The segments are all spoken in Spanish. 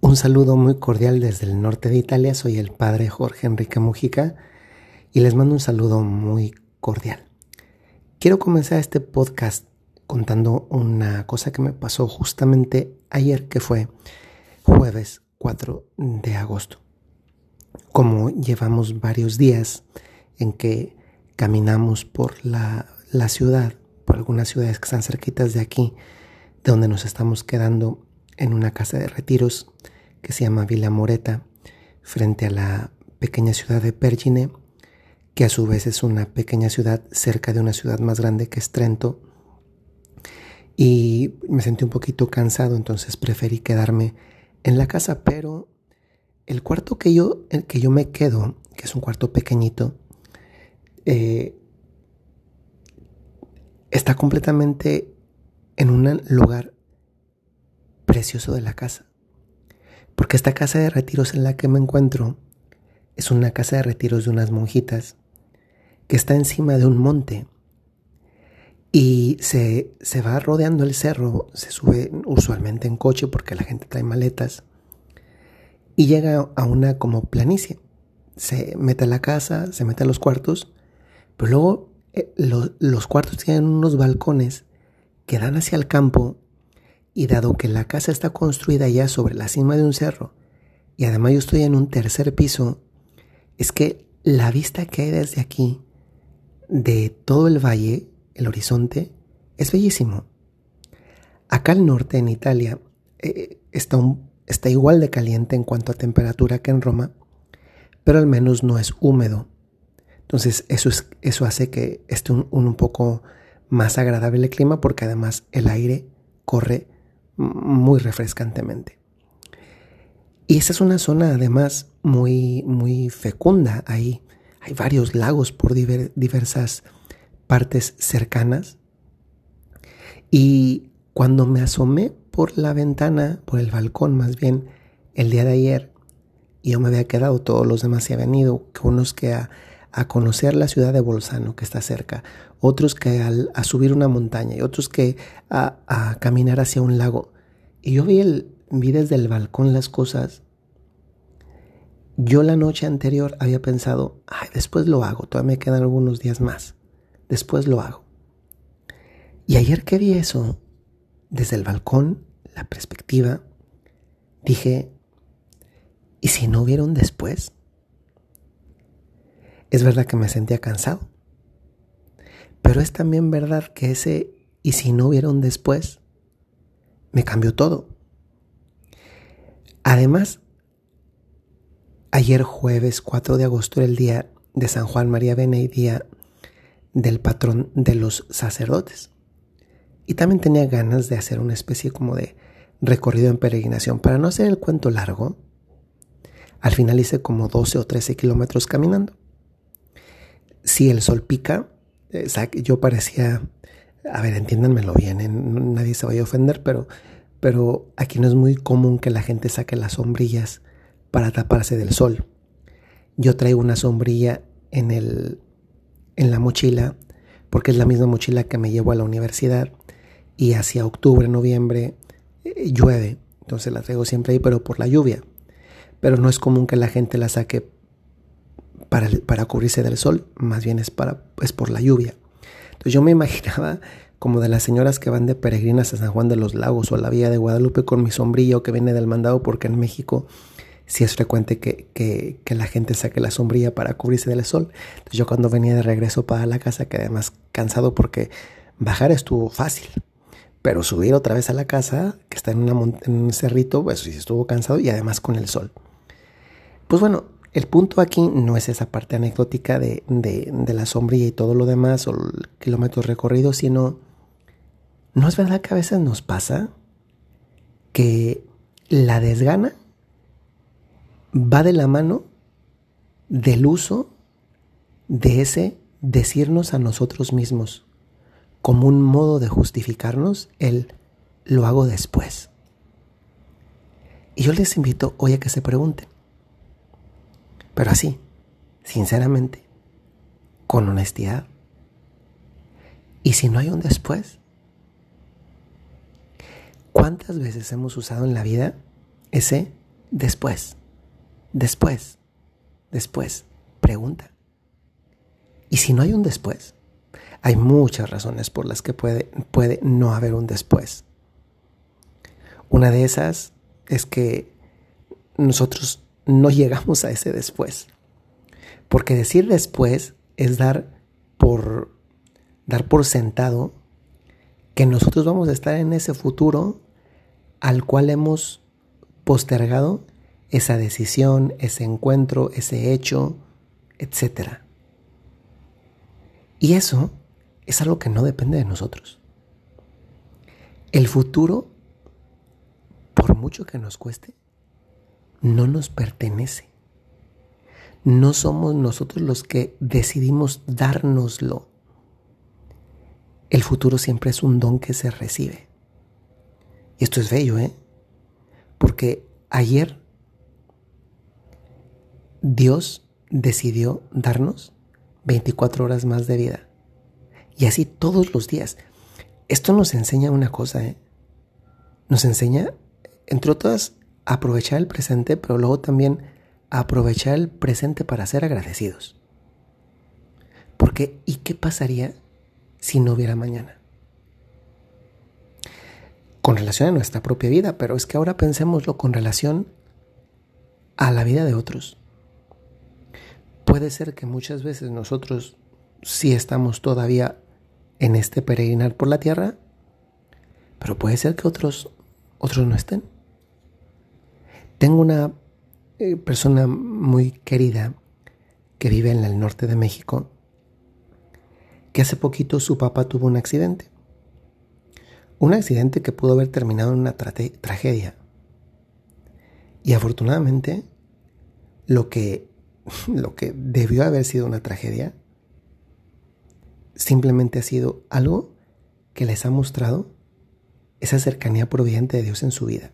Un saludo muy cordial desde el norte de Italia. Soy el padre Jorge Enrique Mujica y les mando un saludo muy cordial. Quiero comenzar este podcast contando una cosa que me pasó justamente ayer, que fue jueves 4 de agosto. Como llevamos varios días en que caminamos por la ciudad, por algunas ciudades que están cerquitas de aquí, de donde nos estamos quedando en una casa de retiros que se llama Villa Moreta, frente a la pequeña ciudad de Pergine, que a su vez es una pequeña ciudad cerca de una ciudad más grande que es Trento. Y me sentí un poquito cansado, entonces preferí quedarme en la casa, pero el cuarto el que yo me quedo, que es un cuarto pequeñito, está completamente en un lugar precioso de la casa. Porque esta casa de retiros en la que me encuentro es una casa de retiros de unas monjitas que está encima de un monte y se va rodeando el cerro. Se sube usualmente en coche porque la gente trae maletas y llega a una como planicie. Se mete a la casa, se mete a los cuartos, pero luego los cuartos tienen unos balcones que dan hacia el campo. Y dado que la casa está construida ya sobre la cima de un cerro, y además yo estoy en un tercer piso, es que la vista que hay desde aquí, de todo el valle, el horizonte, es bellísimo. Acá al norte, en Italia, está igual de caliente en cuanto a temperatura que en Roma, pero al menos no es húmedo. Entonces eso hace que esté un poco más agradable el clima, porque además el aire corre muy refrescantemente. Y esa es una zona además muy, muy fecunda. Ahí hay varios lagos por diversas partes cercanas. Y cuando me asomé por la ventana, por el balcón más bien, el día de ayer, y yo me había quedado, todos los demás se habían ido, unos que a conocer la ciudad de Bolzano, que está cerca, otros que a subir una montaña y otros que a caminar hacia un lago. Y yo vi desde el balcón las cosas. Yo la noche anterior había pensado, después lo hago, todavía me quedan algunos días más, después lo hago. Y ayer que vi eso, desde el balcón, la perspectiva, dije, ¿y si no hubiera un después? Es verdad que me sentía cansado, pero es también verdad que ese "y si no hubiera un después" me cambió todo. Además, ayer jueves 4 de agosto era el día de San Juan María Vianney, día del patrón de los sacerdotes. Y también tenía ganas de hacer una especie como de recorrido en peregrinación. Para no hacer el cuento largo, al final hice como 12 o 13 kilómetros caminando. Si el sol pica, yo parecía, entiéndanmelo bien, nadie se vaya a ofender, pero aquí no es muy común que la gente saque las sombrillas para taparse del sol. Yo traigo una sombrilla en la mochila, porque es la misma mochila que me llevo a la universidad, y hacia octubre, noviembre llueve, entonces la traigo siempre ahí, pero por la lluvia. Pero no es común que la gente la saque para cubrirse del sol, más bien es por la lluvia. Entonces yo me imaginaba como de las señoras que van de peregrinas a San Juan de los Lagos o a la Villa de Guadalupe con mi sombrilla, o que viene del mandado, porque en México sí es frecuente que la gente saque la sombrilla para cubrirse del sol. Entonces yo, cuando venía de regreso para la casa, quedé además cansado porque bajar estuvo fácil, pero subir otra vez a la casa, que está en un cerrito, pues sí estuvo cansado, y además con el sol. Pues bueno, el punto aquí no es esa parte anecdótica de la sombrilla y todo lo demás, o kilómetros recorridos, sino, ¿no es verdad que a veces nos pasa que la desgana va de la mano del uso de ese decirnos a nosotros mismos, como un modo de justificarnos, lo hago después? Y yo les invito hoy a que se pregunten, pero así, sinceramente, con honestidad, ¿y si no hay un después? ¿Cuántas veces hemos usado en la vida ese después, después, después. Pregunta. Y si no hay un después, hay muchas razones por las que puede no haber un después. Una de esas es que nosotros no llegamos a ese después. Porque decir después es dar por sentado que nosotros vamos a estar en ese futuro al cual hemos postergado esa decisión, ese encuentro, ese hecho, etc. Y eso es algo que no depende de nosotros. El futuro, por mucho que nos cueste, no nos pertenece. No somos nosotros los que decidimos dárnoslo. El futuro siempre es un don que se recibe. Y esto es bello, porque ayer Dios decidió darnos 24 horas más de vida. Y así todos los días. Esto nos enseña una cosa, Nos enseña, entre otras, a aprovechar el presente, pero luego también a aprovechar el presente para ser agradecidos. Porque, ¿y qué pasaría si no hubiera mañana? Con relación a nuestra propia vida, pero es que ahora pensémoslo con relación a la vida de otros. Puede ser que muchas veces nosotros sí estamos todavía en este peregrinar por la tierra, pero puede ser que otros no estén. Tengo una persona muy querida que vive en el norte de México, que hace poquito su papá tuvo un accidente. Un accidente que pudo haber terminado en una tragedia. Y afortunadamente, lo que debió haber sido una tragedia, simplemente ha sido algo que les ha mostrado esa cercanía providente de Dios en su vida.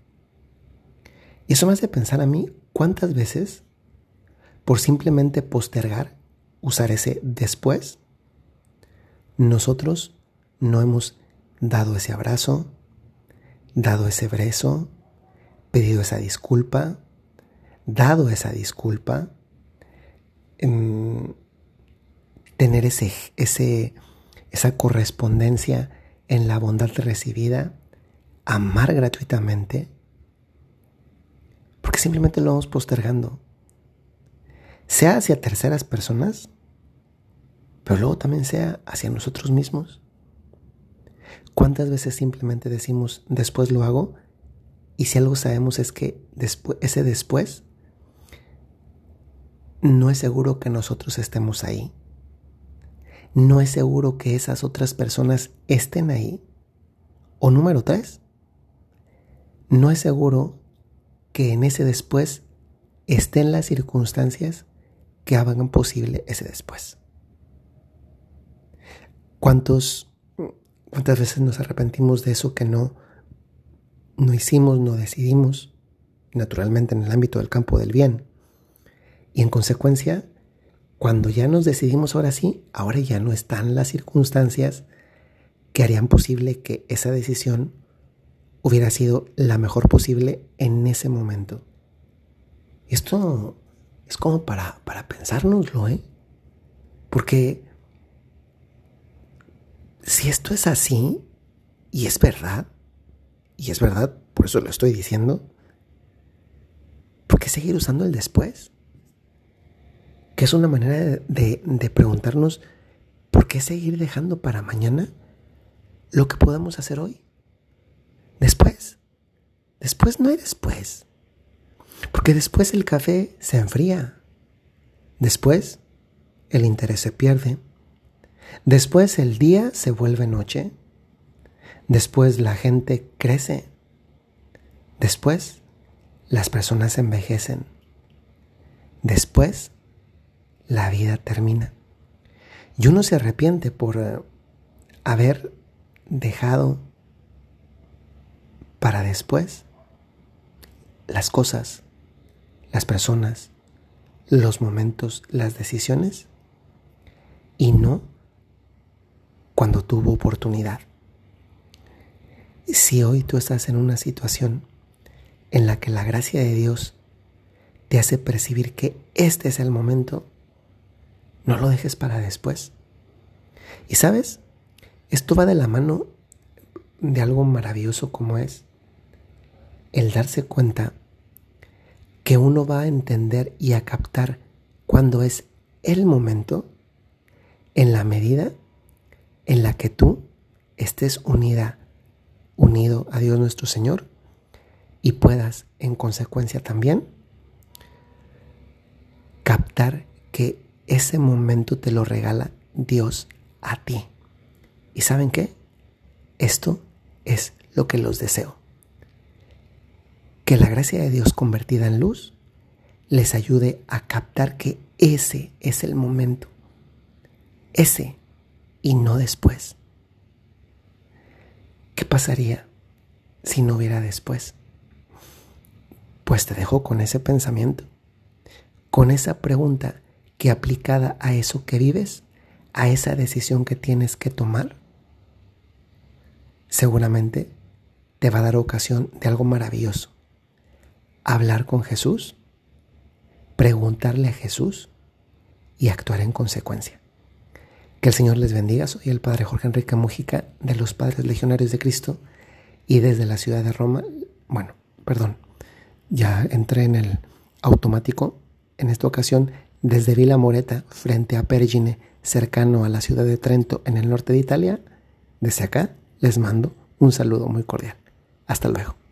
Y eso me hace pensar a mí cuántas veces, por simplemente postergar, usar ese después, nosotros no hemos dado ese abrazo, dado ese beso, pedido esa disculpa, dado esa disculpa, tener esa correspondencia en la bondad recibida, amar gratuitamente, porque simplemente lo vamos postergando, sea hacia terceras personas, pero luego también sea hacia nosotros mismos. ¿Cuántas veces simplemente decimos después lo hago? Y si algo sabemos es que ese después no es seguro que nosotros estemos ahí. No es seguro que esas otras personas estén ahí. O número 3, no es seguro que en ese después estén las circunstancias que hagan posible ese después. ¿Cuántas veces nos arrepentimos de eso que no hicimos, no decidimos, naturalmente en el ámbito del campo del bien? Y en consecuencia, cuando ya nos decidimos ahora sí, ahora ya no están las circunstancias que harían posible que esa decisión hubiera sido la mejor posible en ese momento. Y esto es como para pensárnoslo, Porque si esto es así, y es verdad, por eso lo estoy diciendo, ¿por qué seguir usando el después? Que es una manera de preguntarnos, ¿por qué seguir dejando para mañana lo que podamos hacer hoy? Después no hay después. Porque después el café se enfría. Después el interés se pierde. Después el día se vuelve noche. Después la gente crece. Después las personas envejecen. Después la vida termina. Y uno se arrepiente por haber dejado para después las cosas, las personas, los momentos, las decisiones, y no cuando tuvo oportunidad. Si hoy tú estás en una situación en la que la gracia de Dios te hace percibir que este es el momento, no lo dejes para después. Y ¿sabes? Esto va de la mano de algo maravilloso como es el darse cuenta que uno va a entender y a captar cuándo es el momento en la medida en la que tú estés unido a Dios nuestro Señor y puedas en consecuencia también captar que ese momento te lo regala Dios a ti. ¿Y saben qué? Esto es lo que los deseo. Que la gracia de Dios convertida en luz les ayude a captar que ese es el momento. Ese y no después. ¿Qué pasaría si no hubiera después? Pues te dejo con ese pensamiento, con esa pregunta que aplicada a eso que vives, a esa decisión que tienes que tomar, seguramente te va a dar ocasión de algo maravilloso. Hablar con Jesús, preguntarle a Jesús y actuar en consecuencia. Que el Señor les bendiga. Soy el Padre Jorge Enrique Mújica de los Padres Legionarios de Cristo y desde la ciudad de Roma, ya entré en el automático, en esta ocasión desde Villa Moreta, frente a Pergine, cercano a la ciudad de Trento, en el norte de Italia. Desde acá les mando un saludo muy cordial. Hasta luego.